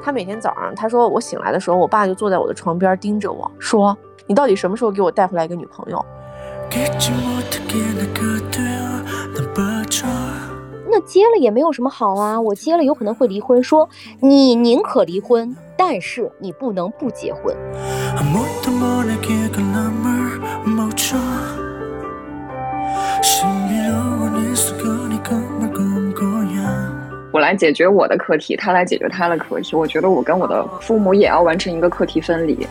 他每天早上，他说我醒来的时候，我爸就坐在我的床边盯着我说，你到底什么时候给我带回来一个女朋友？ 那接了也没有什么好啊，我接了有可能会离婚，说你宁可离婚，但是你不能不结婚。 我来解决我的课题，他来解决他的课题，我觉得我跟我的父母也要完成一个课题分离。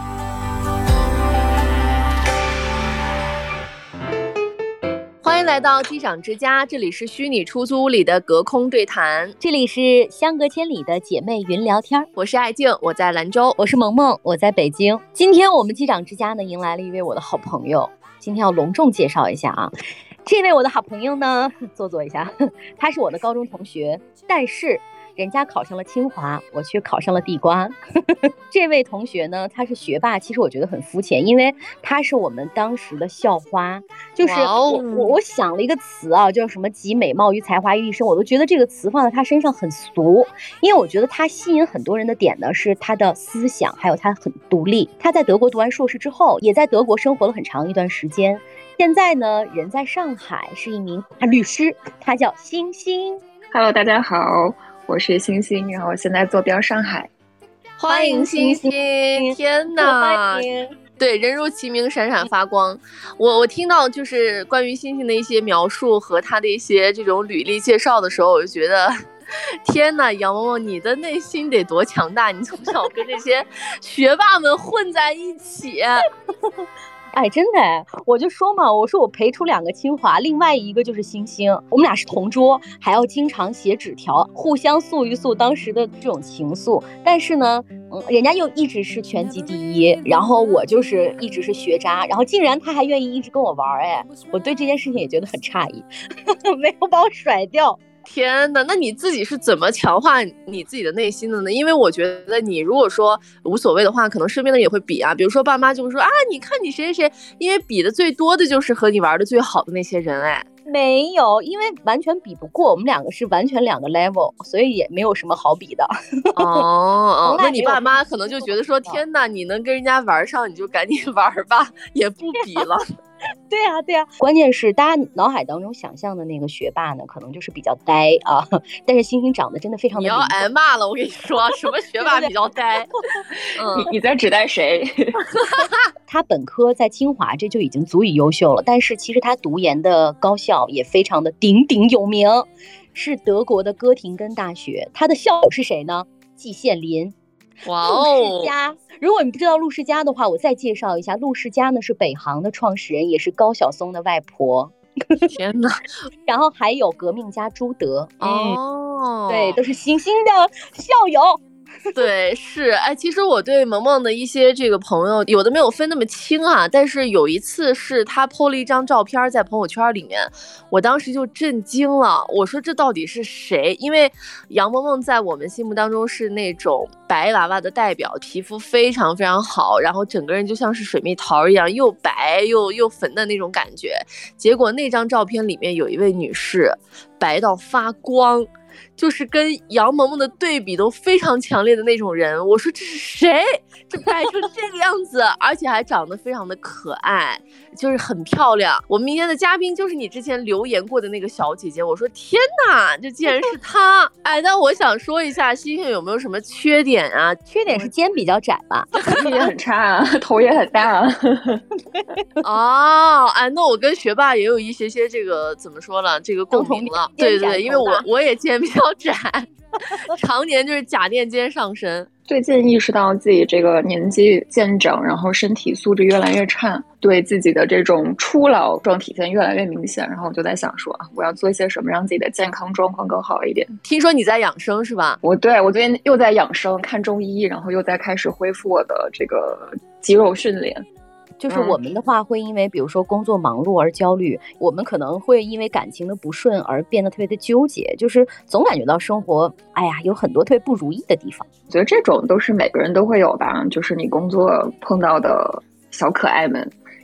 欢迎来到机长之家，这里是虚拟出租屋里的隔空对谈， 这里是相隔千里的姐妹云聊天。 我是爱静，我在兰州； 我是萌萌，我在北京。今天我们机长之家呢，迎来了一位我的好朋友，今天要隆重介绍一下啊。这位我的好朋友呢，坐一下，他是我的高中同学，但是人家考上了清华，我却考上了地瓜。这位同学呢，他是学霸，其实我觉得很肤浅，因为他是我们当时的校花。就是我想了一个词啊，叫什么集美貌与才华于一身，我都觉得这个词放在他身上很俗，因为我觉得他吸引很多人的点呢是他的思想，还有他很独立。他在德国读完硕士之后，也在德国生活了很长一段时间。现在呢，人在上海，是一名大律师，他叫星星。 Hello， 大家好，我是星星，然后现在坐标上海。 欢迎星星！天哪，对，人如其名，闪闪发光。我听到就是关于星星的一些描述和他的一些这种履历介绍的时候，我就觉得，天哪，杨萌萌，你的内心得多强大！你从小跟这些学霸们混在一起。 哎，真的哎，我就说嘛，我说我陪出2个清华，另外一个就是星星，我们俩是同桌，还要经常写纸条，互相诉一诉当时的这种情愫。但是呢，人家又一直是全级第一，然后我就是一直是学渣，然后竟然他还愿意一直跟我玩，哎，我对这件事情也觉得很诧异，没有把我甩掉。 天哪，那你自己是怎么强化你自己的内心的呢？因为我觉得你如果说无所谓的话，可能身边的人也会比啊，比如说爸妈就会说啊，你看你谁谁谁，因为比的最多的就是和你玩的最好的那些人。哎， 没有，因为完全比不过，我们2个是完全2个 level， 所以也没有什么好比的。 哦，那你爸妈可能就觉得说，天哪，你能跟人家玩上，你就赶紧玩吧，也不比了。 对啊，关键是大家脑海当中想象的那个学霸呢，可能就是比较呆啊。但是星星长得真的非常的。 你要挨骂了，我跟你说，什么学霸比较呆？ 你在指代谁？ 他本科在清华，这就已经足以优秀了。但是其实他读研的高校也非常的鼎鼎有名，是德国的哥廷根大学。他的校友是谁呢？季羡林。 哇哦！ 陆世嘉，如果你不知道陆世嘉的话，我再介绍一下，陆世嘉呢是北航的创始人，也是高晓松的外婆。 天哪！ 然后还有革命家朱德。 哦， 对，都是星星的校友。 对，是，哎，其实我对萌萌的一些这个朋友，有的没有分那么清啊，但是有一次是他 po 了一张照片在朋友圈里面，我当时就震惊了，我说这到底是谁？因为杨萌萌在我们心目当中是那种白娃娃的代表，皮肤非常非常好，然后整个人就像是水蜜桃一样，又白又粉的那种感觉。结果那张照片里面有一位女士，白到发光。就是跟杨萌萌的对比都非常强烈的那种人，我说这是谁？这白成这个样子，而且还长得非常的可爱，就是很漂亮。我们明天的嘉宾就是你之前留言过的那个小姐姐，我说天哪，这竟然是她！哎，但我想说一下，星星有没有什么缺点啊？ 缺点是肩比较窄吧， 体力也很差啊，头也很大啊。 哦，哎，那我跟学霸也有一些这个怎么说了，这个共鸣了。对，因为我也肩比较窄，常年就是假垫肩上身。 最近意识到自己这个年纪渐长，然后身体素质越来越差，对自己的这种初老状体现越来越明显，然后我就在想说，我要做一些什么让自己的健康状况更好一点。 听说你在养生是吧？ 我最近又在养生，看中医，然后又在开始恢复我的这个肌肉训练。 就是我们的话会因为比如说工作忙碌而焦虑，我们可能会因为感情的不顺而变得特别的纠结，就是总感觉到生活有很多特别不如意的地方。 我觉得这种都是每个人都会有吧，就是你工作碰到的小可爱们，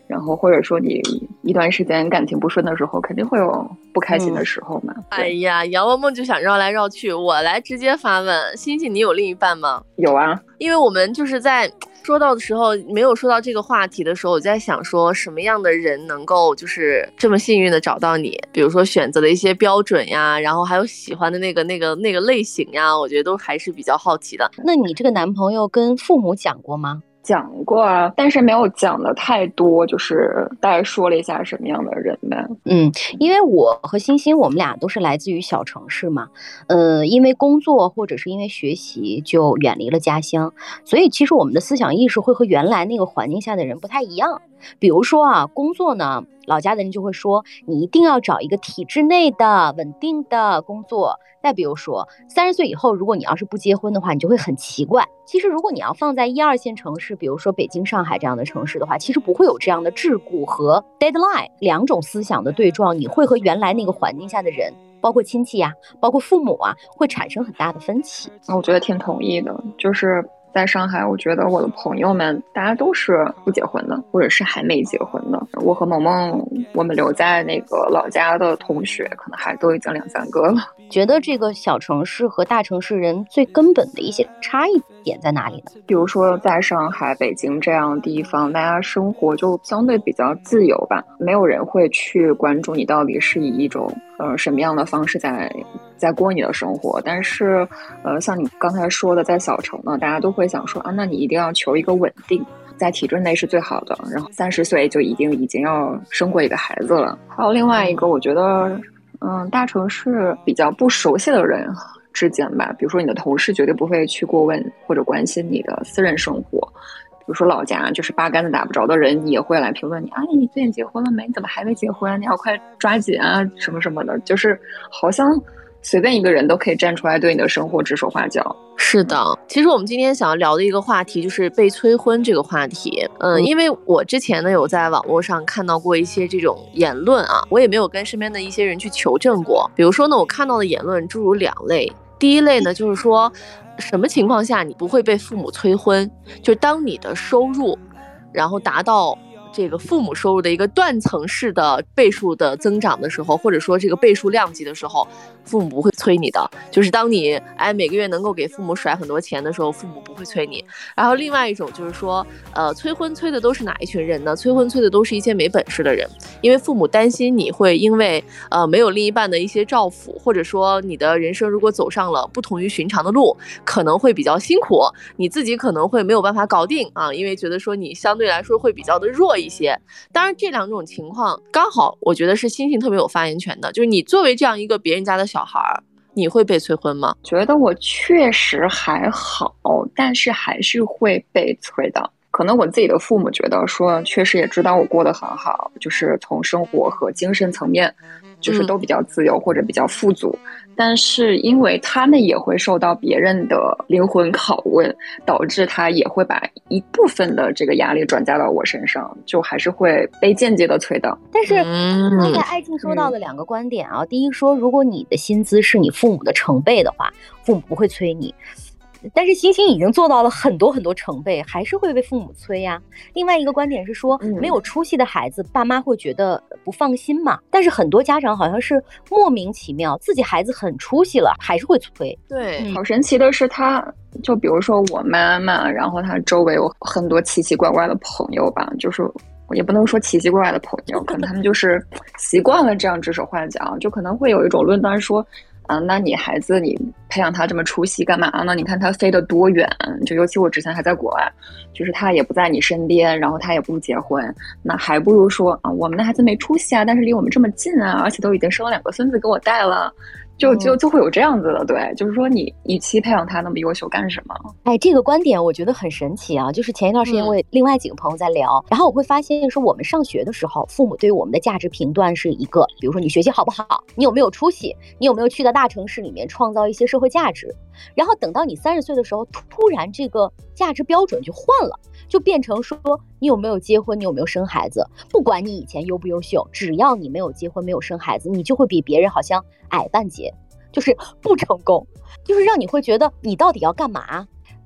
然后或者说你一段时间感情不顺的时候，肯定会有不开心的时候嘛。 哎呀，杨萌萌就想绕来绕去，我来直接发问，欣欣，你有另一半吗？ 有啊， 因为我们就是在说到的时候，没有说到这个话题的时候，我在想说什么样的人能够就是这么幸运的找到你，比如说选择的一些标准呀，然后还有喜欢的那个类型呀，我觉得都还是比较好奇的。 那你这个男朋友跟父母讲过吗？ 讲过啊，但是没有讲的太多，就是大概说了一下什么样的人呗。 因为我和欣欣我们俩都是来自于小城市嘛，因为工作或者是因为学习就远离了家乡，所以其实我们的思想意识会和原来那个环境下的人不太一样。比如说啊，工作呢，老家的人就会说你一定要找一个体制内的稳定的工作。再比如说30岁以后，如果你要是不结婚的话，你就会很奇怪。其实如果你要放在1、2线城市，比如说北京、上海这样的城市的话，其实不会有这样的桎梏和 deadline 两种思想的对撞，你会和原来那个环境下的人，包括亲戚呀，包括父母啊，会产生很大的分歧。 我觉得挺同意的，就是在上海，我觉得我的朋友们大家都是不结婚的，或者是还没结婚的。我和萌萌，我们留在那个老家的同学，可能还都已经2、3个了。 觉得这个小城市和大城市人最根本的一些差异点在哪里呢？ 比如说在上海、北京这样的地方，大家生活就相对比较自由吧，没有人会去关注你到底是以一种什么样的方式在过你的生活。但是像你刚才说的，在小城呢，大家都会想说啊，那你一定要求一个稳定，在体制内是最好的，然后30岁就已经要生过一个孩子了。还有另外一个，我觉得大城市比较不熟悉的人之间吧，比如说你的同事绝对不会去过问或者关心你的私人生活，比如说老家就是八竿子打不着的人也会来评论你，你最近结婚了没？你怎么还没结婚？你要快抓紧啊，什么什么的，就是好像随便一个人都可以站出来对你的生活指手画脚。 是的，其实我们今天想要聊的一个话题就是被催婚这个话题。因为我之前呢有在网络上看到过一些这种言论啊，我也没有跟身边的一些人去求证过。比如说呢，我看到的言论诸如2类。第一类呢，就是说什么情况下你不会被父母催婚，就是当你的收入然后达到这个父母收入的一个断层式的倍数的增长的时候，或者说这个倍数量级的时候，父母不会催你的。就是当你每个月能够给父母甩很多钱的时候，父母不会催你。然后另外一种就是说催婚催的都是哪一群人呢？催婚催的都是一些没本事的人，因为父母担心你会因为没有另一半的一些照拂，或者说你的人生如果走上了不同于寻常的路，可能会比较辛苦，你自己可能会没有办法搞定啊，因为觉得说你相对来说会比较的弱一些。当然这2种情况刚好我觉得是欣欣特别有发言权的，就是你作为这样一个别人家的小孩，你会被催婚吗？ 觉得我确实还好，但是还是会被催的。可能我自己的父母觉得说确实也知道我过得很好，就是从生活和精神层面就是都比较自由或者比较富足，但是因为他们也会受到别人的灵魂拷问，导致他也会把一部分的这个压力转嫁到我身上，就还是会被间接的催到。 但是刚才爱静说到的2个观点啊，第一说如果你的薪资是你父母的成倍的话，父母不会催你。但是欣欣已经做到了很多很多成倍，还是会被父母催呀。另外一个观点是说，没有出息的孩子，爸妈会觉得不放心嘛。但是很多家长好像是莫名其妙，自己孩子很出息了，还是会催。 对， 好神奇的是就比如说我妈妈，然后她周围有很多奇奇怪怪的朋友吧，就是也不能说奇奇怪怪的朋友，可能他们就是习惯了这样指手画脚，就可能会有一种论断说，那你孩子你培养他这么出息干嘛呢？你看他飞得多远，就尤其我之前还在国外，就是他也不在你身边，然后他也不结婚，那还不如说我们的孩子没出息啊，但是离我们这么近啊，而且都已经生了2个孙子给我带了。就会有这样子的，对，就是说你与其培养他那么优秀干什么？ 这个观点我觉得很神奇啊！就是前一段时间我也另外几个朋友在聊，然后我会发现说，我们上学的时候，父母对于我们的价值评断是一个，比如说你学习好不好，你有没有出息，你有没有去到大城市里面创造一些社会价值。然后等到你30岁的时候，突然这个价值标准就换了，就变成说你有没有结婚，你有没有生孩子，不管你以前优不优秀，只要你没有结婚没有生孩子，你就会比别人好像矮半截，就是不成功，就是让你会觉得你到底要干嘛。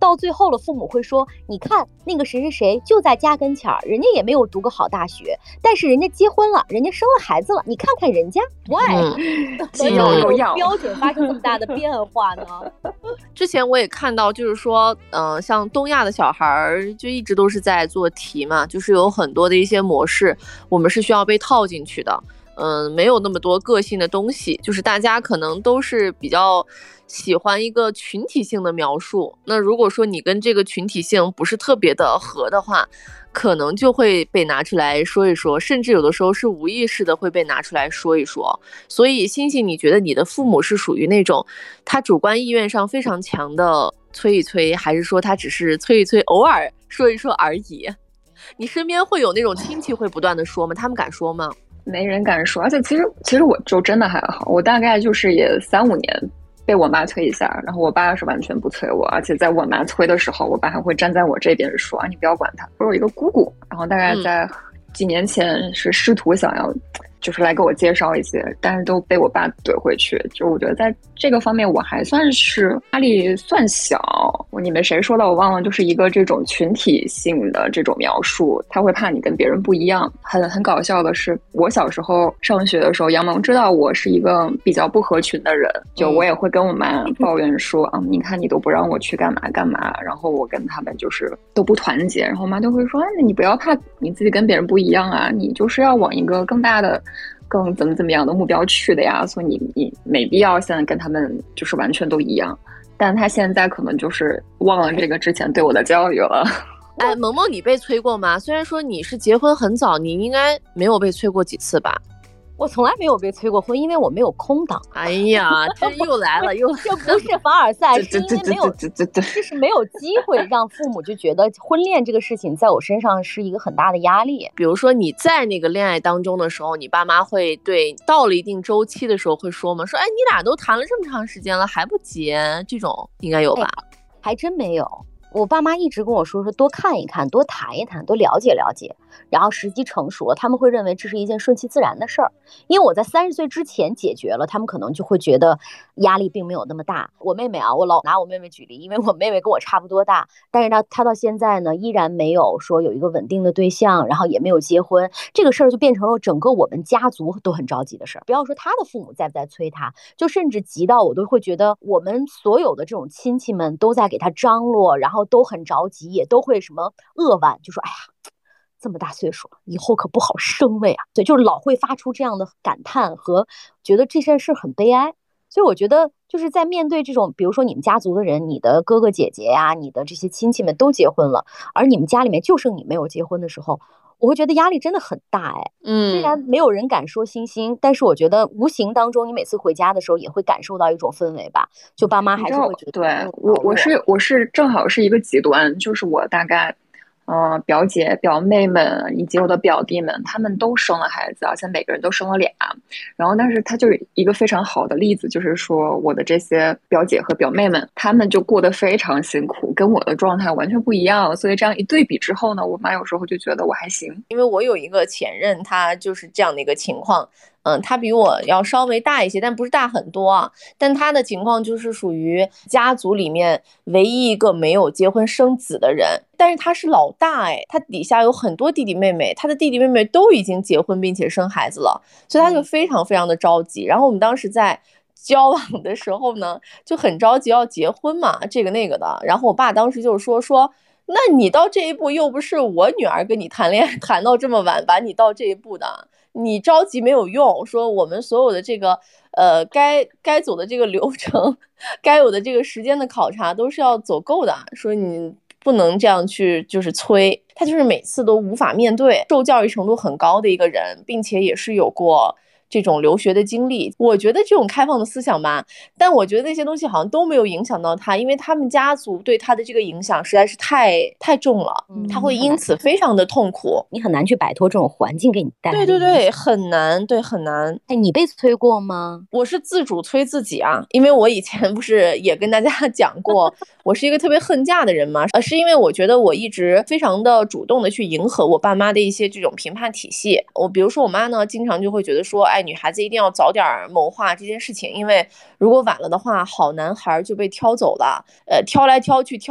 到最后了，父母会说，你看那个谁谁谁就在家跟前儿，人家也没有读个好大学，但是人家结婚了，人家生了孩子了，你看看人家 why 既有又要标准发生这么大的变化呢？ 之前我也看到，就是说，像东亚的小孩儿就一直都是在做题嘛，就是有很多的一些模式，我们是需要被套进去的。没有那么多个性的东西，就是大家可能都是比较喜欢一个群体性的描述。那如果说你跟这个群体性不是特别的合的话，可能就会被拿出来说一说，甚至有的时候是无意识的会被拿出来说一说。所以星星，你觉得你的父母是属于那种他主观意愿上非常强的催一催，还是说他只是催一催，偶尔说一说而已？你身边会有那种亲戚会不断的说吗？他们敢说吗？ 没人敢说，而且其实我就真的还好，我大概就是也3-5年被我妈催一下，然后我爸是完全不催我，而且在我妈催的时候，我爸还会站在我这边说啊，你不要管他。我有一个姑姑，然后大概在几年前是试图想要就是来给我介绍一些，但是都被我爸怼回去。就我觉得在这个方面我还算是压力算小。你们谁说的我忘了，就是一个这种群体性的这种描述，他会怕你跟别人不一样。很搞笑的是，我小时候上学的时候，杨萌知道我是一个比较不合群的人，就我也会跟我妈抱怨说啊，你看你都不让我去干嘛干嘛，然后我跟他们就是都不团结，然后我妈都会说，那你不要怕你自己跟别人不一样啊，你就是要往一个更大的更怎么样的目标去的呀，所以你没必要现在跟他们就是完全都一样。但他现在可能就是忘了这个之前对我的教育了。 哎，萌萌，你被催过吗？虽然说你是结婚很早，你应该没有被催过几次吧？ 我从来没有被催过婚，因为我没有空档。 哎呀，这又来了，又这不是凡尔赛，是因为没有，就是没有机会让父母就觉得婚恋这个事情在我身上是一个很大的压力。 比如说你在那个恋爱当中的时候，你爸妈会对到了一定周期的时候会说吗？说哎，你俩都谈了这么长时间了还不结，这种应该有吧？ 还真没有。我爸妈一直跟我说多看一看，多谈一谈，多了解了解，然后时机成熟了，他们会认为这是一件顺其自然的事儿。因为我在30岁之前解决了，他们可能就会觉得压力并没有那么大。我妹妹啊，我老拿我妹妹举例，因为我妹妹跟我差不多大，但是她到现在呢，依然没有说有一个稳定的对象，然后也没有结婚，这个事儿就变成了整个我们家族都很着急的事儿。不要说她的父母在不在催她，就甚至急到我都会觉得我们所有的这种亲戚们都在给她张罗，然后都很着急，也都会什么扼腕，就说哎呀，这么大岁数以后可不好生了呀。对，就是老会发出这样的感叹和觉得这件事很悲哀。所以我觉得就是在面对这种比如说你们家族的人，你的哥哥姐姐呀，你的这些亲戚们都结婚了，而你们家里面就剩你没有结婚的时候，我会觉得压力真的很大。虽然没有人敢说星星，但是我觉得无形当中你每次回家的时候也会感受到一种氛围吧，就爸妈还是会觉得。 对，我是正好是一个极端，就是我大概表姐表妹们以及我的表弟们，他们都生了孩子，而且每个人都生了俩。然后但是他就是一个非常好的例子，就是说我的这些表姐和表妹们，他们就过得非常辛苦，跟我的状态完全不一样。所以这样一对比之后呢，我妈有时候就觉得我还行。 因为我有一个前任，他就是这样的一个情况。他比我要稍微大一些，但不是大很多啊。但他的情况就是属于家族里面唯一一个没有结婚生子的人，但是他是老大，他底下有很多弟弟妹妹，他的弟弟妹妹都已经结婚并且生孩子了，所以他就非常非常的着急。然后我们当时在交往的时候呢，就很着急要结婚嘛，这个那个的。然后我爸当时就说，那你到这一步又不是我女儿跟你谈恋爱谈到这么晚，把你到这一步的，你着急没有用。说我们所有的这个该走的这个流程，该有的这个时间的考察都是要走够的。说你不能这样去就是催他，就是每次都无法面对，受教育程度很高的一个人，并且也是有过这种留学的经历。我觉得这种开放的思想吧，但我觉得那些东西好像都没有影响到他，因为他们家族对他的这个影响实在是太重了，他会因此非常的痛苦。 你很难去摆脱这种环境给你带来的。 对，很难，对，很难。 哎，你被催过吗？ 我是自主催自己啊，因为我以前不是也跟大家讲过，我是一个特别恨嫁的人嘛，是因为我觉得我一直非常的主动的去迎合我爸妈的一些这种评判体系。比如说我妈呢，经常就会觉得说，哎，女孩子一定要早点谋划这件事情，因为如果晚了的话，好男孩就被挑走了，挑来挑去挑到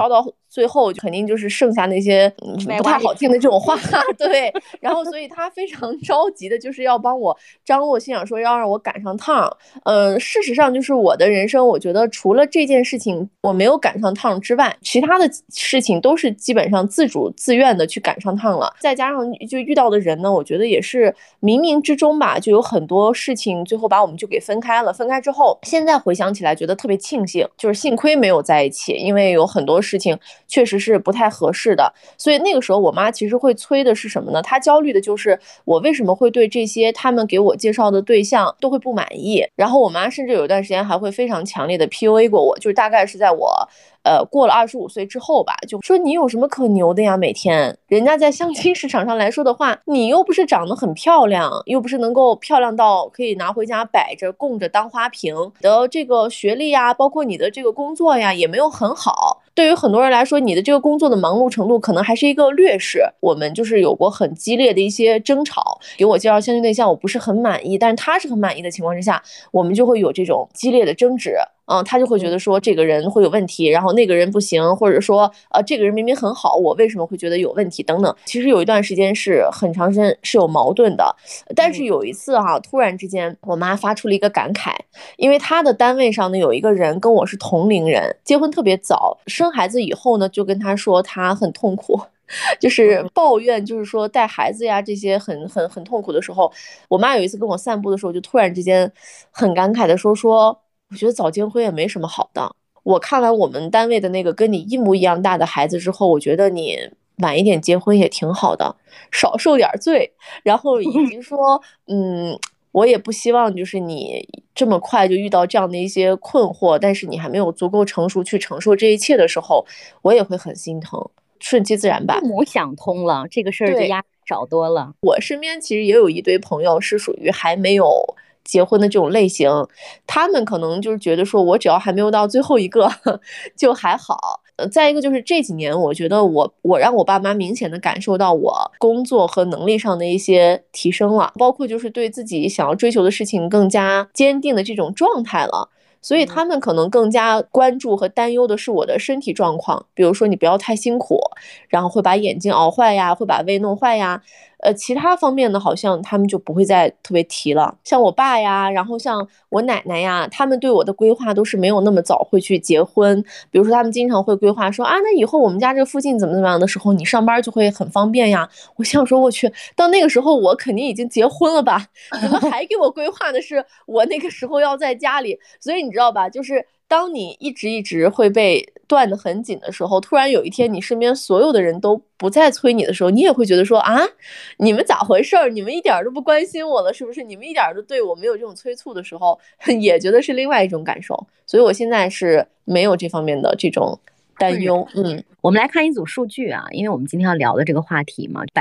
最后肯定就是剩下那些不太好听的这种话，对。然后所以他非常着急的就是要帮我张罗，心想说要让我赶上趟。事实上就是我的人生，我觉得除了这件事情我没有赶上趟之外，其他的事情都是基本上自主自愿的去赶上趟了。再加上就遇到的人呢，我觉得也是冥冥之中吧，就有很多事情最后把我们就给分开了。分开之后，现在回想起来觉得特别庆幸，就是幸亏没有在一起，因为有很多事情确实是不太合适的。所以那个时候我妈其实会催的是什么呢？她焦虑的就是我为什么会对这些他们给我介绍的对象都会不满意。然后我妈甚至有一段时间还会非常强烈的 PUA 过我，就是大概是在我过了25岁之后吧，就说你有什么可牛的呀？每天人家在相亲市场上来说的话，你又不是长得很漂亮，又不是能够漂亮到可以拿回家摆着供着当花瓶的，这个学历呀，包括你的这个工作呀，也没有很好。对于很多人来说，你的这个工作的忙碌程度可能还是一个劣势。我们就是有过很激烈的一些争吵，给我介绍相亲对象，我不是很满意，但是他是很满意的情况之下，我们就会有这种激烈的争执。他就会觉得说这个人会有问题，然后那个人不行，或者说这个人明明很好，我为什么会觉得有问题等等。其实有一段时间是很长时间是有矛盾的，但是有一次突然之间我妈发出了一个感慨，因为她的单位上呢有一个人跟我是同龄人，结婚特别早，生孩子以后呢就跟她说她很痛苦。就是抱怨，就是说带孩子呀这些很痛苦的时候，我妈有一次跟我散步的时候，就突然之间很感慨的说，我觉得早结婚也没什么好的。我看完我们单位的那个跟你一模一样大的孩子之后，我觉得你晚一点结婚也挺好的，少受点罪。然后以及说，我也不希望就是你这么快就遇到这样的一些困惑，但是你还没有足够成熟去承受这一切的时候，我也会很心疼。顺其自然吧。 父母想通了，这个事儿就压力少多了。 我身边其实也有一堆朋友是属于还没有结婚的这种类型，他们可能就是觉得说我只要还没有到最后一个就还好。再一个就是这几年我觉得我让我爸妈明显的感受到我工作和能力上的一些提升了，包括就是对自己想要追求的事情更加坚定的这种状态了。所以他们可能更加关注和担忧的是我的身体状况，比如说你不要太辛苦，然后会把眼睛熬坏呀，会把胃弄坏呀。其他方面呢，好像他们就不会再特别提了。像我爸呀，然后像我奶奶呀，他们对我的规划都是没有那么早会去结婚。比如说他们经常会规划说那以后我们家这附近怎么样的时候，你上班就会很方便呀。我想说我去，到那个时候我肯定已经结婚了吧？怎么还给我规划的是我那个时候要在家里？所以你知道吧，就是当你一直会被断得很紧的时候，突然有一天你身边所有的人都不再催你的时候，你也会觉得说你们咋回事儿？你们一点都不关心我了，是不是？你们一点都对我没有这种催促的时候，也觉得是另外一种感受。所以我现在是没有这方面的这种担忧。 我们来看一组数据啊，因为我们今天要聊的这个话题嘛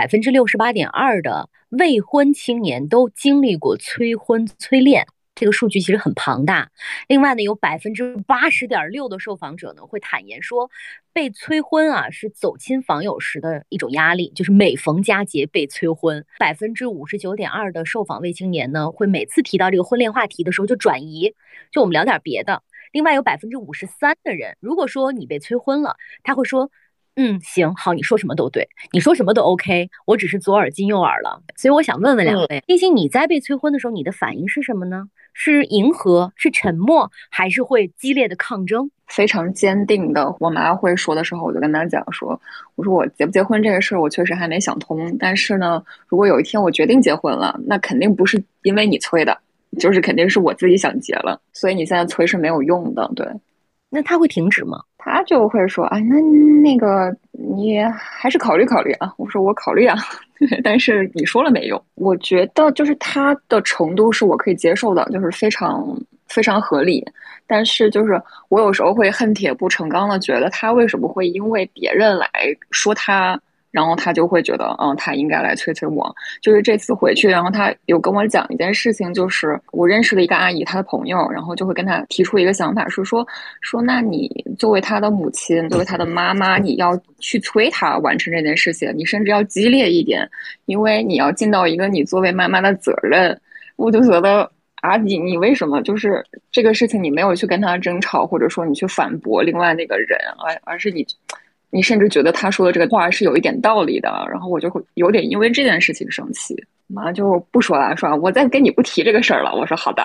，68.2%的未婚青年都经历过催婚催恋。这个数据其实很庞大。另外呢，有80.6%的受访者呢会坦言说，被催婚是走亲访友时的一种压力，就是每逢佳节被催婚。59.2%的受访未青年呢会每次提到这个婚恋话题的时候就转移，就我们聊点别的。另外有53%的人，如果说你被催婚了，他会说行好，你说什么都对，你说什么都 OK， 我只是左耳进右耳了。所以我想问问两位，星星你在被催婚的时候，你的反应是什么呢？是迎合，是沉默，还是会激烈的抗争？ 非常坚定的。我妈会说的时候，我就跟她讲说，我说我结不结婚这个事儿，我确实还没想通。但是呢，如果有一天我决定结婚了，那肯定不是因为你催的，就是肯定是我自己想结了。所以你现在催是没有用的，对。 那他会停止吗？ 他就会说那个你还是考虑考虑啊。我说我考虑啊，但是你说了没用。我觉得就是他的程度是我可以接受的，就是非常非常合理。但是就是我有时候会恨铁不成钢的觉得他为什么会因为别人来说他，然后他就会觉得他应该来催催我。就是这次回去，然后他有跟我讲一件事情，就是我认识的一个阿姨，她的朋友，然后就会跟他提出一个想法，是说那你作为他的母亲，作为他的妈妈，你要去催他完成这件事情，你甚至要激烈一点，因为你要尽到一个你作为妈妈的责任。我就觉得阿姨，你为什么就是这个事情你没有去跟他争吵，或者说你去反驳另外那个人，而是你你甚至觉得他说的这个话是有一点道理的，然后我就会有点因为这件事情生气。妈就不说了，说我再跟你不提这个事儿了。我说好的。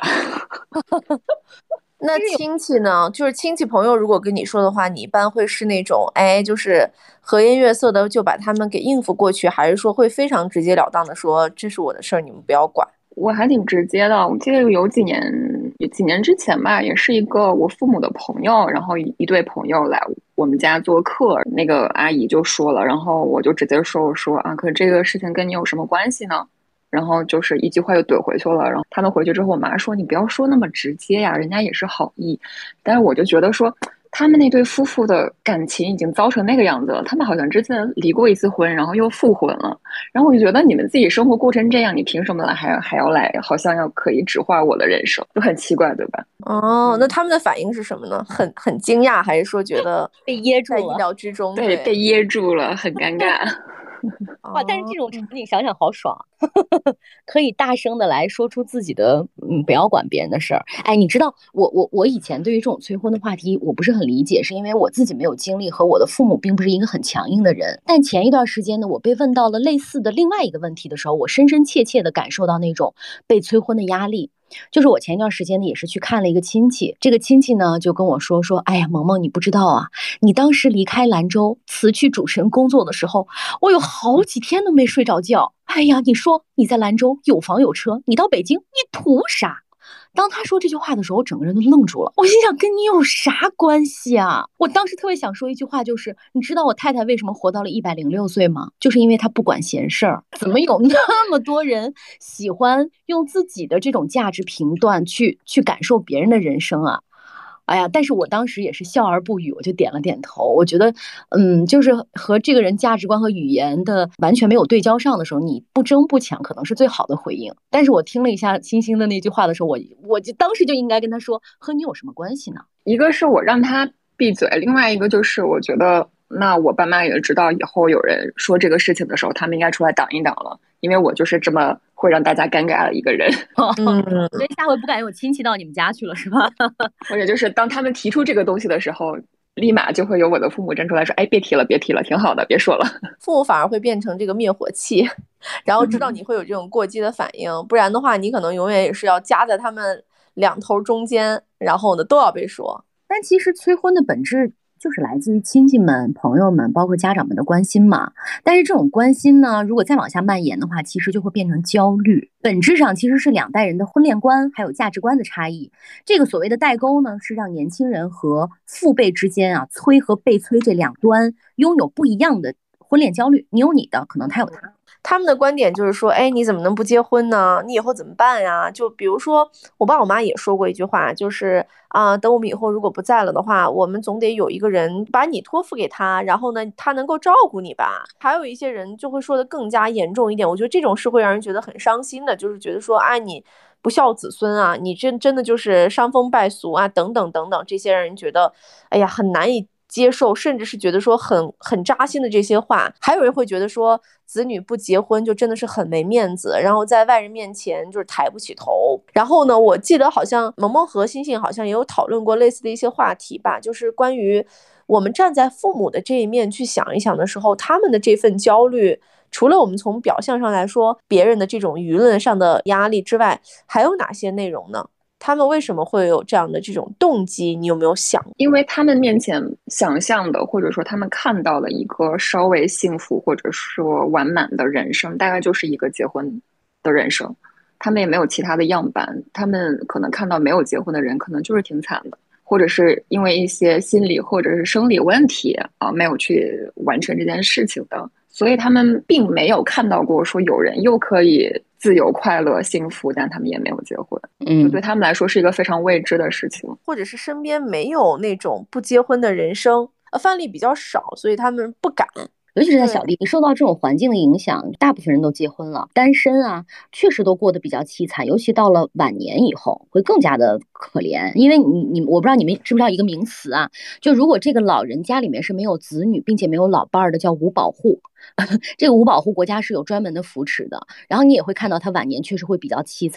那亲戚呢？就是亲戚朋友，如果跟你说的话，你一般会是那种，哎，就是和颜悦色的就把他们给应付过去，还是说会非常直截了当的说这是我的事儿，你们不要管？ 我还挺直接的。我记得有几年之前吧，也是一个我父母的朋友，然后一对朋友来我们家做客，那个阿姨就说了，然后我就直接说，我说啊，可这个事情跟你有什么关系呢？然后就是一句话就怼回去了。然后他们回去之后，我妈说你不要说那么直接呀，人家也是好意。但是我就觉得说，他们那对夫妇的感情已经糟成那个样子了，他们好像之前离过一次婚，然后又复婚了。然后我就觉得你们自己生活过成这样，你凭什么来还要来，好像要可以指化我的人生，就很奇怪，对吧？ 哦，那他们的反应是什么呢？很惊讶，还是说觉得被噎住在意了？ 料之中？ 对，被噎住了，很尴尬。 哇，但是这种场景想想好爽，可以大声的来说出自己的，不要管别人的事儿。哎，你知道我以前对于这种催婚的话题我不是很理解，是因为我自己没有经历和我的父母并不是一个很强硬的人。但前一段时间呢，我被问到了类似的另外一个问题的时候，我深深切切的感受到那种被催婚的压力。就是我前一段时间呢，也是去看了一个亲戚，这个亲戚呢就跟我说，哎呀，萌萌你不知道啊，你当时离开兰州辞去主持人工作的时候，我有好几天都没睡着觉。哎呀，你说你在兰州有房有车，你到北京你图啥？当他说这句话的时候，我整个人都愣住了。我心想，跟你有啥关系啊？我当时特别想说一句话，就是你知道我太太为什么活到了106岁吗？就是因为她不管闲事儿。怎么有那么多人喜欢用自己的这种价值评断去感受别人的人生啊？哎呀，但是我当时也是笑而不语，我就点了点头。我觉得，就是和这个人价值观和语言的完全没有对焦上的时候，你不争不抢，可能是最好的回应。但是我听了一下星星的那句话的时候，我就当时就应该跟他说，和你有什么关系呢？ 一个是我让他闭嘴，另外一个就是我觉得，那我爸妈也知道以后有人说这个事情的时候，他们应该出来挡一挡了，因为我就是这么会让大家尴尬的一个人。 所以下回不敢有亲戚到你们家去了，是吧？ 或者就是当他们提出这个东西的时候，立马就会有我的父母站出来说：“哎，别提了，别提了，挺好的，别说了。” 父母反而会变成这个灭火器，然后知道你会有这种过激的反应，不然的话，你可能永远也是要夹在他们两头中间，然后呢都要被说。 但其实催婚的本质就是来自于亲戚们、朋友们，包括家长们的关心嘛。但是这种关心呢，如果再往下蔓延的话，其实就会变成焦虑。本质上其实是两代人的婚恋观还有价值观的差异。这个所谓的代沟呢，是让年轻人和父辈之间啊，催和被催这两端拥有不一样的婚恋焦虑。你有你的，可能他有他的。 他们的观点就是说，哎，你怎么能不结婚呢？你以后怎么办呀？就比如说，我爸我妈也说过一句话，就是等我们以后如果不在了的话，我们总得有一个人把你托付给他，然后呢，他能够照顾你吧。还有一些人就会说的更加严重一点，我觉得这种是会让人觉得很伤心的，就是觉得说，哎，你不孝子孙啊，你真的就是伤风败俗啊，等等等等，这些让人觉得，哎呀，很难以接受，甚至是觉得说很扎心的这些话。还有人会觉得说，子女不结婚就真的是很没面子，然后在外人面前就是抬不起头。然后呢，我记得好像萌萌和星星好像也有讨论过类似的一些话题吧，就是关于我们站在父母的这一面去想一想的时候，他们的这份焦虑，除了我们从表象上来说别人的这种舆论上的压力之外，还有哪些内容呢？他们为什么会有这样的这种动机？你有没有想？ 因为他们面前想象的，或者说他们看到的一个稍微幸福或者说完满的人生，大概就是一个结婚的人生。他们也没有其他的样板，他们可能看到没有结婚的人，可能就是挺惨的，或者是因为一些心理或者是生理问题啊，没有去完成这件事情的。所以他们并没有看到过说有人又可以自由、快乐、幸福，但他们也没有结婚，就对他们来说是一个非常未知的事情， 或者是身边没有那种不结婚的人生，范例比较少，所以他们不敢。 尤其是在小地，受到这种环境的影响，大部分人都结婚了，单身啊，确实都过得比较凄惨，尤其到了晚年以后，会更加的可怜。因为我不知道你们知不知道一个名词啊，就如果这个老人家里面是没有子女，并且没有老伴儿的，叫无保户。这个无保户国家是有专门的扶持的，然后你也会看到他晚年确实会比较凄惨。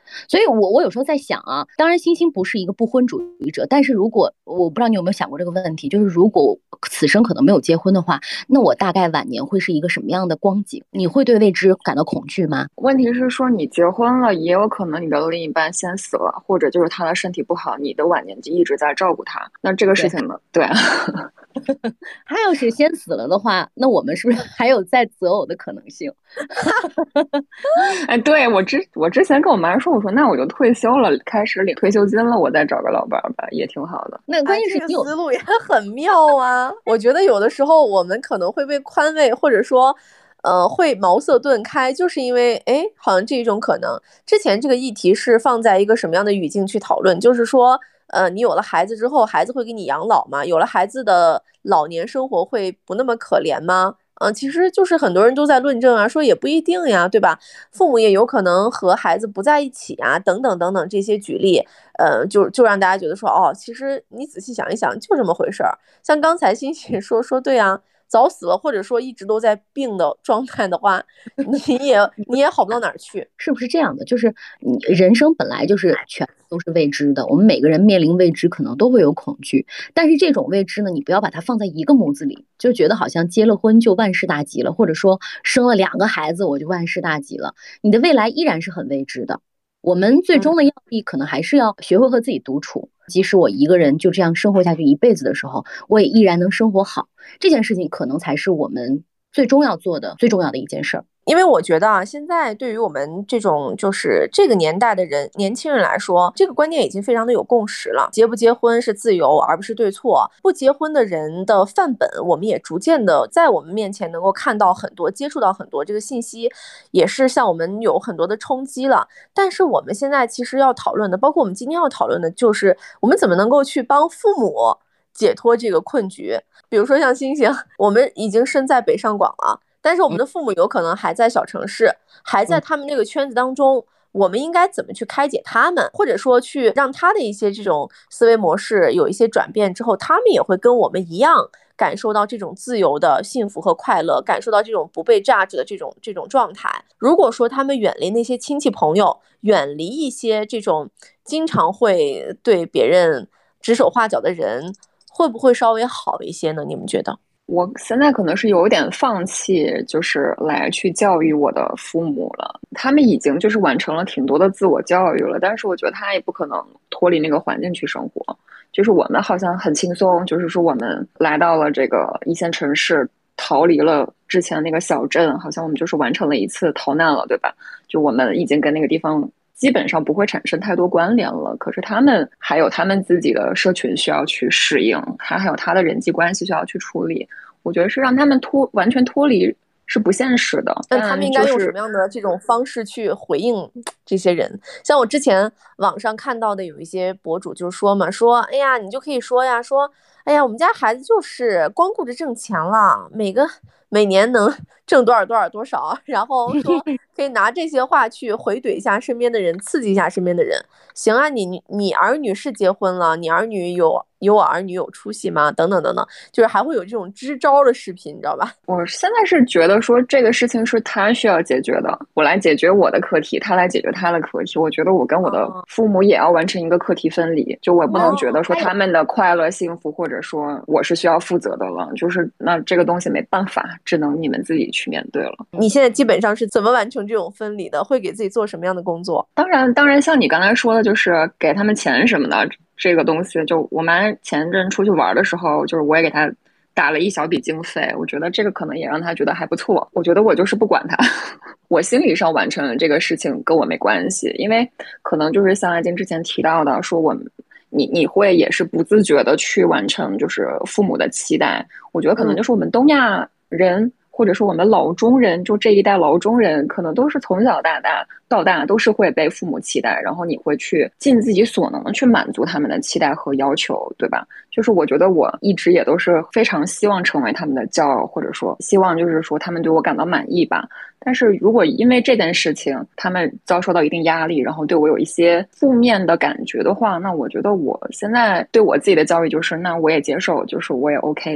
所以我有时候在想啊，当然星星不是一个不婚主义者，但是如果我不知道你有没有想过这个问题，就是如果此生可能没有结婚的话，那我大概晚年会是一个什么样的光景？你会对未知感到恐惧吗？ 问题是说你结婚了，也有可能你的另一半先死了，或者就是他的身体不好，你的晚年就一直在照顾他。那这个事情呢？对啊。 他要是先死了的话，那我们是不是还有再择偶的可能性？ 哎，对，我之前跟我妈说，我说那我就退休了，开始领退休金了，我再找个老伴儿吧，也挺好的。 那关键是这个思路也很妙啊！我觉得有的时候我们可能会被宽慰，或者说，会茅塞顿开，就是因为，哎，好像这一种可能。之前这个议题是放在一个什么样的语境去讨论？就是说，你有了孩子之后，孩子会给你养老吗？有了孩子的老年生活会不那么可怜吗？其实就是很多人都在论证啊，说也不一定呀，对吧？父母也有可能和孩子不在一起啊，等等等等这些举例，就让大家觉得说，哦，其实你仔细想一想，就这么回事儿。像刚才欣欣说对啊，早死了，或者说一直都在病的状态的话，你也好不到哪儿去。 是不是这样的？就是你人生本来就是全都是未知的，我们每个人面临未知可能都会有恐惧，但是这种未知呢，你不要把它放在一个模子里，就觉得好像结了婚就万事大吉了，或者说生了2个孩子我就万事大吉了，你的未来依然是很未知的。我们最终的要义可能还是要学会和自己独处，即使我一个人就这样生活下去一辈子的时候，我也依然能生活好。这件事情可能才是我们最终要做的最重要的一件事儿。 因为我觉得啊，现在对于我们这种就是这个年代的人，年轻人来说，这个观念已经非常的有共识了。结不结婚是自由，而不是对错。不结婚的人的范本，我们也逐渐的在我们面前能够看到很多，接触到很多这个信息，也是向我们有很多的冲击了。但是我们现在其实要讨论的，包括我们今天要讨论的，就是我们怎么能够去帮父母解脱这个困局。比如说像星星，我们已经身在北上广了。但是我们的父母有可能还在小城市，还在他们那个圈子当中，我们应该怎么去开解他们，或者说去让他的一些这种思维模式有一些转变之后，他们也会跟我们一样感受到这种自由的幸福和快乐，感受到这种不被榨制的这种状态。如果说他们远离那些亲戚朋友，远离一些这种经常会对别人指手画脚的人，会不会稍微好一些呢？你们觉得？ 我现在可能是有点放弃，就是来去教育我的父母了。他们已经就是完成了挺多的自我教育了，但是我觉得他也不可能脱离那个环境去生活。就是我们好像很轻松，就是说我们来到了这个一线城市，逃离了之前那个小镇，好像我们就是完成了一次逃难了，对吧？就我们已经跟那个地方基本上不会产生太多关联了。可是他们还有他们自己的社群需要去适应，他还有他的人际关系需要去处理。我觉得是让他们完全脱离是不现实的。 那他们应该用什么样的这种方式去回应这些人？像我之前网上看到的有一些博主就说嘛，说哎呀，你就可以说呀，说哎呀，我们家孩子就是光顾着挣钱了，每年能挣多少，然后说可以拿这些话去回怼一下身边的人，刺激一下身边的人。行啊，你儿女是结婚了，你儿女有我儿女有出息吗？等等等等，就是还会有这种支招的视频，你知道吧？ 我现在是觉得说这个事情是他需要解决的，我来解决我的课题，他来解决他的课题。我觉得我跟我的父母也要完成一个课题分离，就我不能觉得说他们的快乐幸福，或者说我是需要负责的了，就是那这个东西没办法，只能你们自己去面对了。 你现在基本上是怎么完成这种分离的？会给自己做什么样的工作？ 当然，像你刚才说的，就是给他们钱什么的，这个东西，就我妈前阵出去玩的时候，就是我也给她打了一小笔经费，我觉得这个可能也让她觉得还不错。我觉得我就是不管她，我心理上完成了这个事情跟我没关系，因为可能就是像艾晶之前提到的，说你会也是不自觉的去完成就是父母的期待。我觉得可能就是我们东亚人。或者说我们老中人，就这一代老中人，可能都是从小到大都是会被父母期待，然后你会去尽自己所能去满足他们的期待和要求，对吧？就是我觉得我一直也都是非常希望成为他们的骄傲，或者说希望就是说他们对我感到满意吧。但是如果因为这件事情他们遭受到一定压力，然后对我有一些负面的感觉的话，那我觉得我现在对我自己的教育就是，那我也接受，就是我也 OK。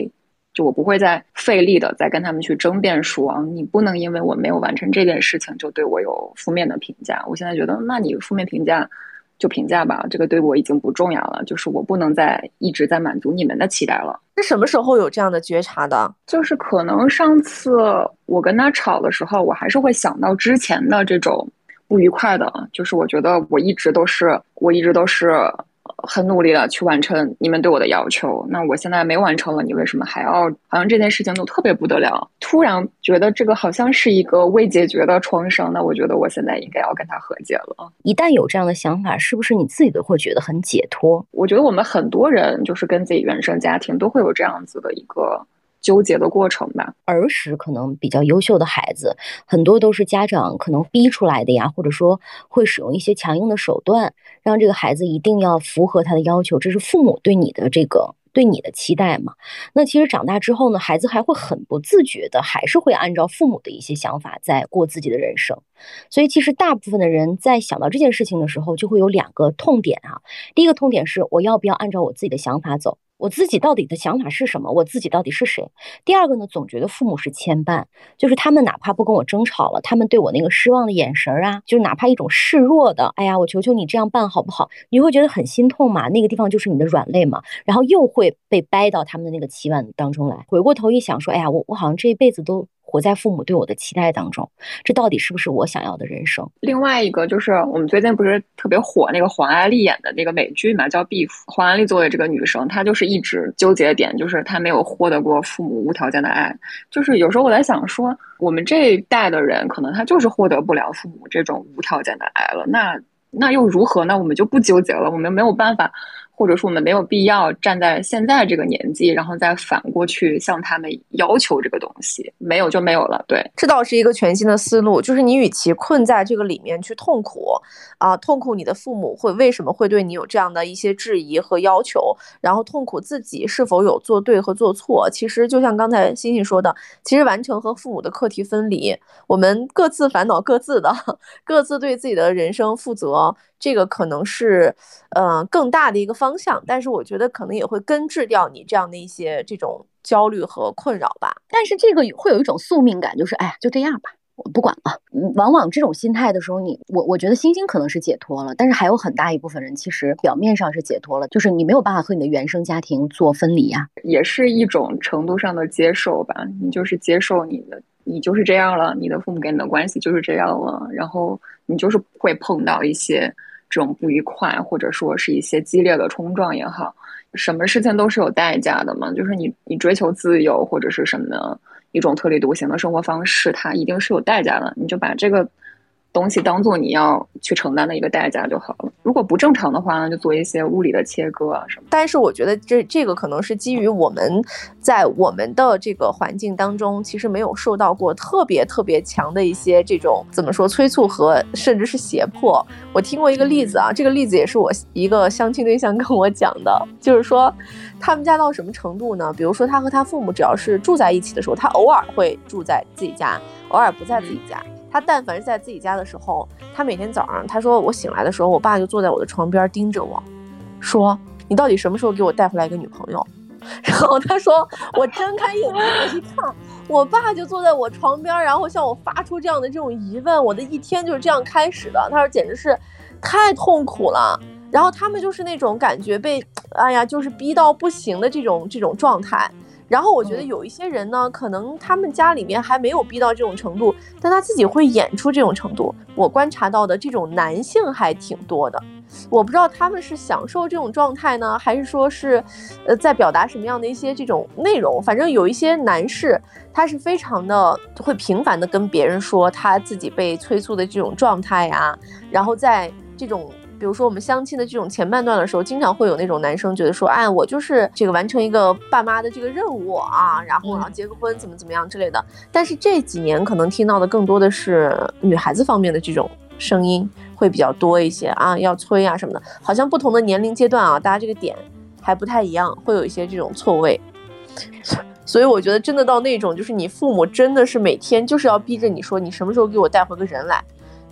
就我不会再费力的再跟他们去争辩说你不能因为我没有完成这件事情就对我有负面的评价。我现在觉得那你负面评价就评价吧，这个对我已经不重要了，就是我不能再一直在满足你们的期待了。 是什么时候有这样的觉察的？ 就是可能上次我跟他吵的时候，我还是会想到之前的这种不愉快的，就是我觉得我一直都是很努力的去完成你们对我的要求，那我现在没完成了，你为什么还要？好像这件事情就特别不得了，突然觉得这个好像是一个未解决的创伤，那我觉得我现在应该要跟他和解了。 一旦有这样的想法，是不是你自己都会觉得很解脱？ 我觉得我们很多人就是跟自己原生家庭都会有这样子的一个纠结的过程吧。 儿时可能比较优秀的孩子，很多都是家长可能逼出来的呀，或者说会使用一些强硬的手段，让这个孩子一定要符合他的要求，这是父母对你的期待嘛。那其实长大之后呢，孩子还会很不自觉的，还是会按照父母的一些想法在过自己的人生。所以其实大部分的人在想到这件事情的时候，就会有两个痛点啊。第一个痛点是我要不要按照我自己的想法走，我自己到底的想法是什么，我自己到底是谁。第二个呢，总觉得父母是牵绊，就是他们哪怕不跟我争吵了，他们对我那个失望的眼神啊，就是哪怕一种示弱的，哎呀我求求你这样办好不好，你会觉得很心痛嘛，那个地方就是你的软肋嘛，然后又会被掰到他们的那个期望当中来。回过头一想说，哎呀我好像这一辈子都活在父母对我的期待当中，这到底是不是我想要的人生？ 另外一个就是我们最近不是特别火那个黄爱丽演的那个美剧嘛，叫《Beef》。黄爱丽作为这个女生，她就是一直纠结点，就是她没有获得过父母无条件的爱。就是有时候我在想说，我们这一代的人可能他就是获得不了父母这种无条件的爱了，那又如何呢？我们就不纠结了，我们没有办法，或者说我们没有必要站在现在这个年纪，然后再反过去向他们要求这个东西，没有就没有了。对， 这倒是一个全新的思路，就是你与其困在这个里面去痛苦痛苦你的父母为什么会对你有这样的一些质疑和要求，然后痛苦自己是否有做对和做错。其实就像刚才欣欣说的，其实完成和父母的课题分离，我们各自烦恼各自的，各自对自己的人生负责，这个可能是更大的一个方向，但是我觉得可能也会根治掉你这样的一些这种焦虑和困扰吧。 但是这个会有一种宿命感，就是哎呀就这样吧，我不管了。往往这种心态的时候，我觉得欣欣可能是解脱了，但是还有很大一部分人其实表面上是解脱了，就是你没有办法和你的原生家庭做分离呀， 也是一种程度上的接受吧。你就是接受你就是这样了，你的父母跟你的关系就是这样了，然后你就是会碰到一些这种不愉快，或者说是一些激烈的冲撞也好，什么事情都是有代价的嘛。就是你追求自由或者是什么一种特立独行的生活方式，它一定是有代价的，你就把这个东西当做你要去承担的一个代价就好了。如果不正常的话呢，就做一些物理的切割啊什么。 但是我觉得这个可能是基于我们在我们的这个环境当中，其实没有受到过特别特别强的一些这种怎么说催促和甚至是胁迫。我听过一个例子啊，这个例子也是我一个相亲对象跟我讲的，就是说他们家到什么程度呢？比如说他和他父母只要是住在一起的时候，他偶尔会住在自己家，偶尔不在自己家。他但凡是在自己家的时候，他每天早上他说我醒来的时候，我爸就坐在我的床边盯着我说，你到底什么时候给我带回来一个女朋友？然后他说我睁开眼睛我一看，我爸就坐在我床边，然后向我发出这样的这种疑问，我的一天就是这样开始的。他说简直是太痛苦了，然后他们就是那种感觉被就是逼到不行的这种状态。然后我觉得有一些人呢，可能他们家里面还没有逼到这种程度，但他自己会演出这种程度。我观察到的这种男性还挺多的，我不知道他们是享受这种状态呢，还是说是在表达什么样的一些这种内容。反正有一些男士他是非常的会频繁的跟别人说他自己被催促的这种状态啊，然后在这种比如说我们相亲的这种前半段的时候，经常会有那种男生觉得说，我就是这个完成一个爸妈的这个任务啊，然后结个婚怎么样之类的。但是这几年可能听到的更多的是女孩子方面的这种声音会比较多一些啊，要催啊什么的。好像不同的年龄阶段啊，大家这个点还不太一样，会有一些这种错位。所以我觉得真的到那种就是你父母真的是每天就是要逼着你说你什么时候给我带回个人来。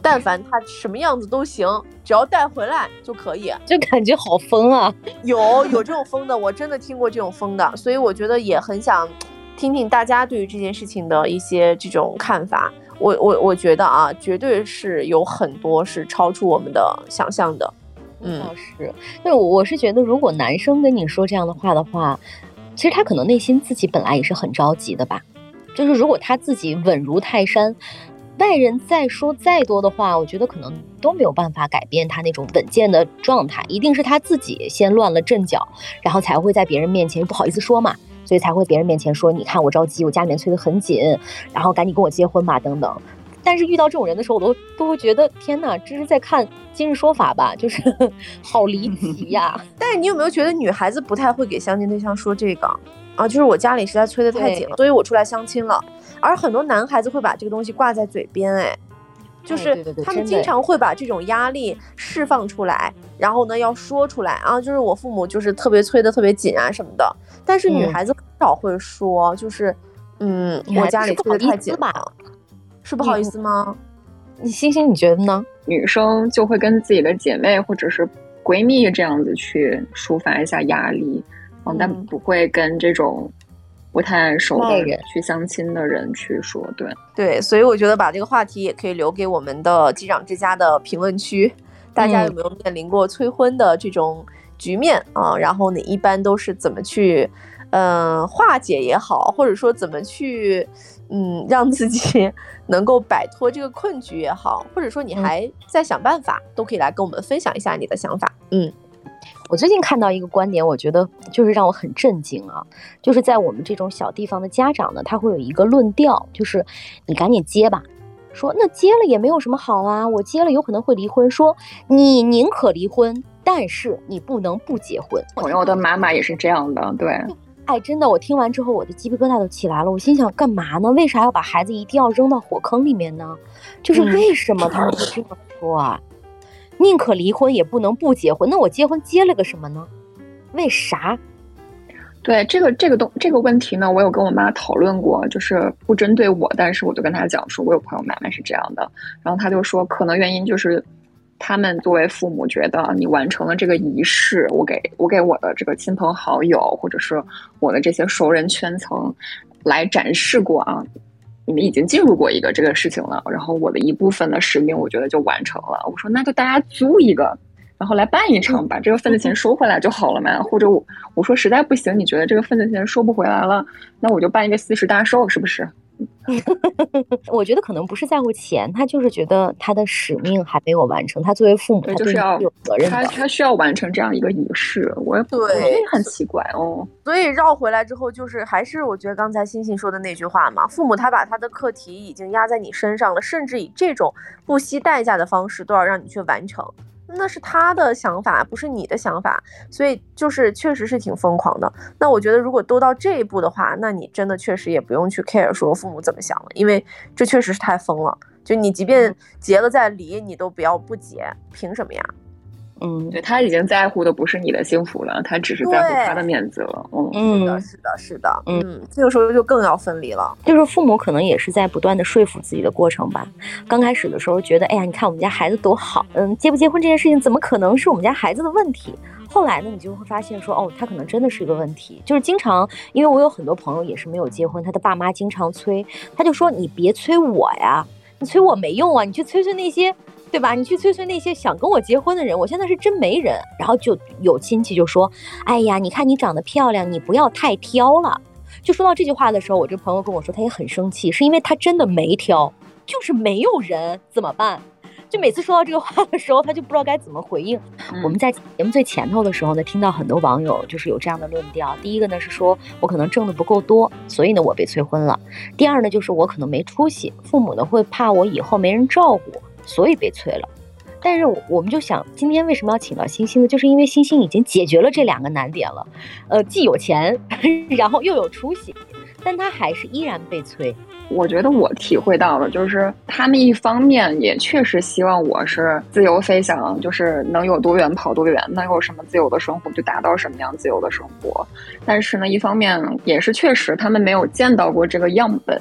但凡他什么样子都行，只要带回来就可以。 就感觉好疯啊！ 有这种疯的，我真的听过这种疯的，所以我觉得也很想听听大家对于这件事情的一些这种看法。我觉得啊，绝对是有很多是超出我们的想象的。 是，对，我是觉得，如果男生跟你说这样的话的话，其实他可能内心自己本来也是很着急的吧。就是如果他自己稳如泰山，外人再说再多的话，我觉得可能都没有办法改变他那种稳健的状态，一定是他自己先乱了阵脚，然后才会在别人面前不好意思说嘛，所以才会别人面前说，你看我着急，我家里面催得很紧，然后赶紧跟我结婚吧等等。但是遇到这种人的时候，我都会觉得天哪，这是在看今日说法吧，就是好离奇呀。 但是你有没有觉得女孩子不太会给相亲对象说这个啊？就是我家里实在催得太紧了，所以我出来相亲了。而很多男孩子会把这个东西挂在嘴边，就是他们经常会把这种压力释放出来，然后呢要说出来啊，就是我父母就是特别催得特别紧啊什么的。但是女孩子很少会说，就是我家里催得太紧了。是不好意思吗？ 你星星你觉得呢？ 女生就会跟自己的姐妹或者是闺蜜这样子去抒发一下压力，但不会跟这种不太熟的人去相亲的人去说。对， 所以我觉得把这个话题也可以留给我们的机长之家的评论区，大家有没有面临过催婚的这种局面啊？然后你一般都是怎么去化解也好，或者说怎么去让自己能够摆脱这个困局也好，或者说你还在想办法，都可以来跟我们分享一下你的想法。 我最近看到一个观点，我觉得就是让我很震惊啊，就是在我们这种小地方的家长呢，他会有一个论调，就是你赶紧结吧，说那结了也没有什么好啊，我结了有可能会离婚，说你宁可离婚，但是你不能不结婚。 朋友的妈妈也是这样的，对。 真的，我听完之后我的鸡皮疙瘩都起来了。我心想，干嘛呢？为啥要把孩子一定要扔到火坑里面呢？就是为什么他们会这么说啊？宁可离婚也不能不结婚，那我结婚结了个什么呢？为啥？ 对，这个问题呢，我有跟我妈讨论过，就是不针对我，但是我就跟她讲说，我有朋友妈妈是这样的，然后她就说，可能原因就是他们作为父母觉得你完成了这个仪式，我给我的这个亲朋好友或者是我的这些熟人圈层来展示过啊，你们已经进入过一个这个事情了，然后我的一部分的使命我觉得就完成了。我说那就大家租一个，然后来办一场，把这个份子钱收回来就好了嘛。或者我说实在不行，你觉得这个份子钱收不回来了，那我就办一个40大寿，是不是？ 我觉得可能不是在乎钱，他就是觉得他的使命还没有完成，他作为父母，他就是要有责任， 他需要完成这样一个仪式。我觉得很奇怪哦。 所以绕回来之后，就是还是我觉得刚才欣欣说的那句话嘛，父母他把他的课题已经压在你身上了，甚至以这种不惜代价的方式都要让你去完成。那是他的想法，不是你的想法，所以就是确实是挺疯狂的。那我觉得如果都到这一步的话，那你真的确实也不用去 care 说父母怎么想了，因为这确实是太疯了。就你即便结了再离，你都不要不结，凭什么呀？ 对，他已经在乎的不是你的幸福了，他只是在乎他的面子了。 是的，这个时候就更要分离了。 就是父母可能也是在不断的说服自己的过程吧。刚开始的时候觉得，哎呀，你看我们家孩子多好，结不结婚这件事情怎么可能是我们家孩子的问题？后来呢，你就会发现说，哦，他可能真的是一个问题。就是经常，因为我有很多朋友也是没有结婚，他的爸妈经常催，他就说你别催我呀，你催我没用啊，你去催催那些。对吧？你去催催那些想跟我结婚的人，我现在是真没人。然后就有亲戚就说，哎呀，你看你长得漂亮，你不要太挑了。就说到这句话的时候，我这朋友跟我说他也很生气，是因为他真的没挑，就是没有人，怎么办？就每次说到这个话的时候，他就不知道该怎么回应。我们在节目最前头的时候呢，听到很多网友就是有这样的论调。第一个呢是说我可能挣的不够多，所以呢我被催婚了。第二呢就是我可能没出息，父母呢会怕我以后没人照顾，所以被催了。但是我们就想，今天为什么要请到星星呢？就是因为星星已经解决了这2个难点了，既有钱，然后又有出息，但他还是依然被催。 我觉得我体会到了，就是他们一方面也确实希望我是自由飞翔，就是能有多远跑多远，能有什么自由的生活就达到什么样自由的生活。但是呢，一方面也是确实他们没有见到过这个样本，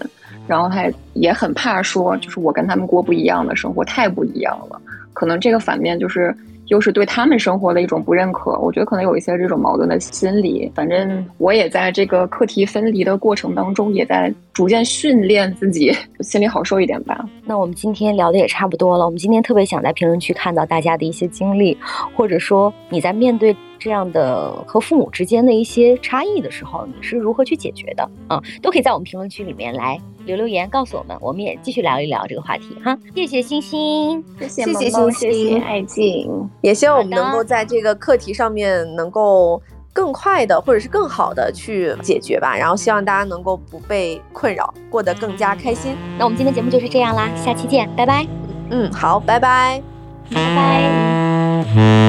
然后他也很怕说，就是我跟他们过不一样的生活，太不一样了。可能这个反面就是又是对他们生活的一种不认可，我觉得可能有一些这种矛盾的心理。反正我也在这个课题分离的过程当中，也在逐渐训练自己心里好受一点吧。 那我们今天聊的也差不多了，我们今天特别想在评论区看到大家的一些经历，或者说你在面对这样的和父母之间的一些差异的时候，你是如何去解决的都可以在我们评论区里面来留言告诉我们，我们也继续聊一聊这个话题哈。谢谢星星， 谢谢星星， 谢谢爱静， 也希望我们能够在这个课题上面能够更快的或者是更好的去解决吧，然后希望大家能够不被困扰，过得更加开心。 那我们今天节目就是这样啦，下期见，拜拜。 好，拜拜， 拜拜。